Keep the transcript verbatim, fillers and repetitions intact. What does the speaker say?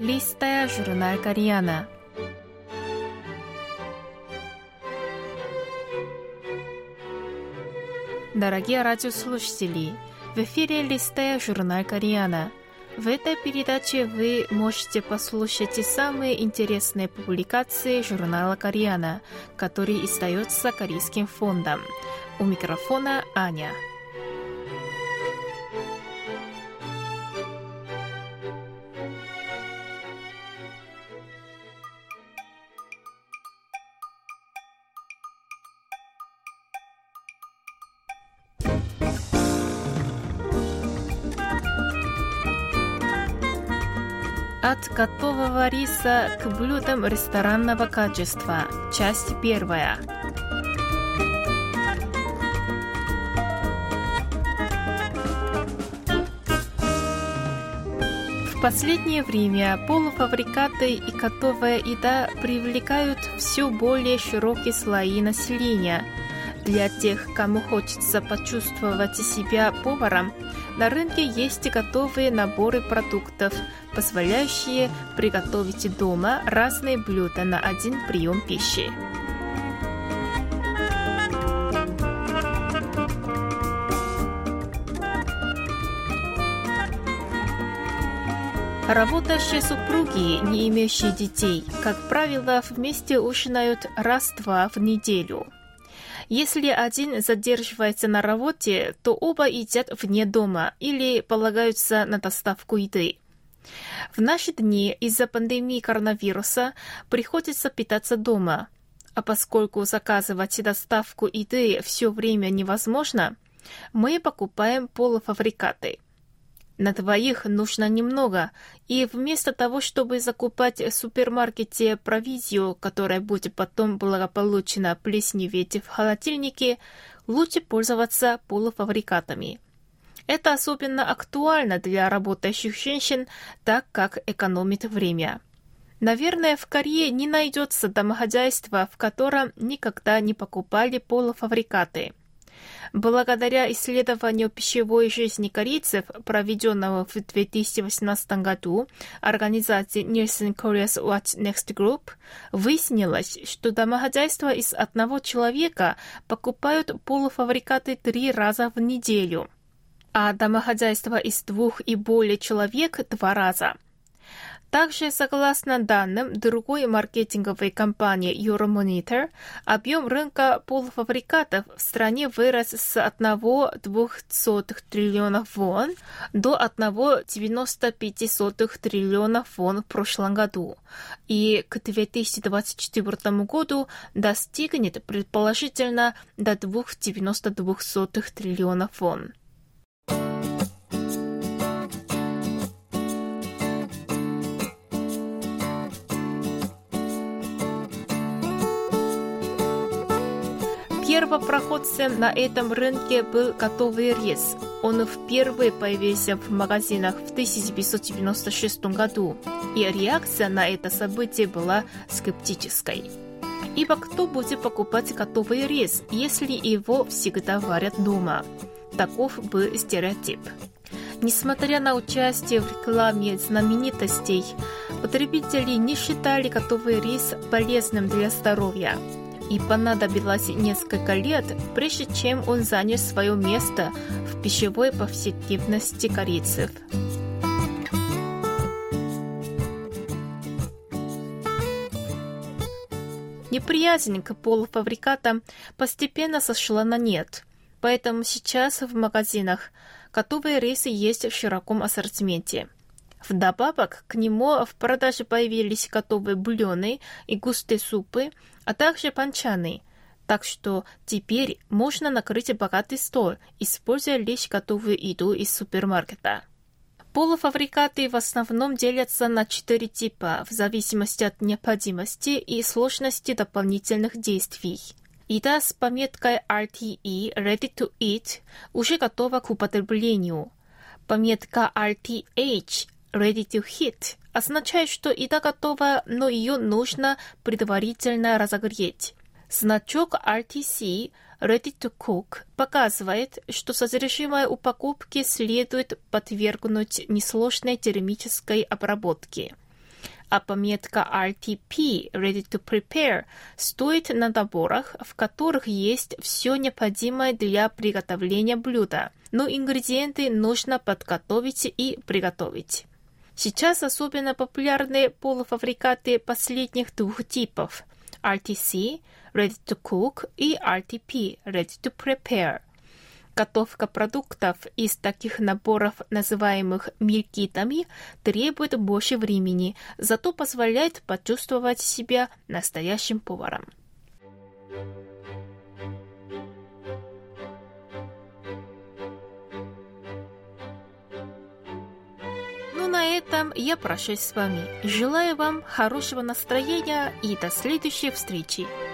Листая журнал Кореяна. Дорогие радиослушатели, в эфире «Листая журнал Кореяна». В этой передаче вы можете послушать самые интересные публикации журнала Кореяна, который издается Корейским фондом. У микрофона Аня. От готового риса к блюдам ресторанного качества. Часть первая. В последнее время полуфабрикаты и готовая еда привлекают все более широкие слои населения. Для тех, кому хочется почувствовать себя поваром, на рынке есть готовые наборы продуктов, позволяющие приготовить дома разные блюда на один прием пищи. Работающие супруги, не имеющие детей, как правило, вместе ужинают раз-два в неделю. Если один задерживается на работе, то оба едят вне дома или полагаются на доставку еды. В наши дни из-за пандемии коронавируса приходится питаться дома, а поскольку заказывать доставку еды все время невозможно, мы покупаем полуфабрикаты. На двоих нужно немного, и вместо того, чтобы закупать в супермаркете провизию, которая будет потом благополучно плесневеть в холодильнике, лучше пользоваться полуфабрикатами. Это особенно актуально для работающих женщин, так как экономит время. Наверное, в Корее не найдется домохозяйства, в котором никогда не покупали полуфабрикаты. Благодаря исследованию пищевой жизни корейцев, проведенного в две тысячи восемнадцатом году организацией Nielsen Korea's What's Next Group, выяснилось, что домохозяйства из одного человека покупают полуфабрикаты три раза в неделю, а домохозяйства из двух и более человек два раза. Также, согласно данным другой маркетинговой компании Euromonitor, объем рынка полуфабрикатов в стране вырос с одного целых двух десятых триллионов вон до одного целых девяносто пять сотых триллионов вон в прошлом году, и к две тысячи двадцать четвёртому году достигнет предположительно до двух целых девяносто двух сотых триллионов вон. Первопроходцем на этом рынке был готовый рис. Он впервые появился в магазинах в тысяча девятьсот девяносто шестом году, и реакция на это событие была скептической. Ибо кто будет покупать готовый рис, если его всегда варят дома? Таков был стереотип. Несмотря на участие в рекламе знаменитостей, потребители не считали готовый рис полезным для здоровья. И понадобилось несколько лет, прежде чем он занял свое место в пищевой повседневности корейцев. Неприязнь к полуфабрикатам постепенно сошла на нет, поэтому сейчас в магазинах готовые рисы есть в широком ассортименте. Вдобавок к нему в продаже появились готовые бульоны и густые супы, а также банчаны, так что теперь можно накрыть богатый стол, используя лишь готовую еду из супермаркета. Полуфабрикаты в основном делятся на четыре типа в зависимости от необходимости и сложности дополнительных действий. Еда с пометкой эр ти и (Ready to Eat) уже готова к употреблению. Пометка эр ти эйч (Ready to Heat) означает, что еда готова, но ее нужно предварительно разогреть. Значок эр ти си (Ready to Cook) показывает, что содержимое упаковки следует подвергнуть несложной термической обработке. а пометка ар ти пи (Ready to Prepare) стоит на наборах, в которых есть все необходимое для приготовления блюда, но ингредиенты нужно подготовить и приготовить. Сейчас особенно популярны полуфабрикаты последних двух типов – ар ти си (Ready to Cook) и ар ти пи (Ready to Prepare). Готовка продуктов из таких наборов, называемых милкитами, требует больше времени, зато позволяет почувствовать себя настоящим поваром. Ну, на этом я прощаюсь с вами. Желаю вам хорошего настроения и до следующей встречи.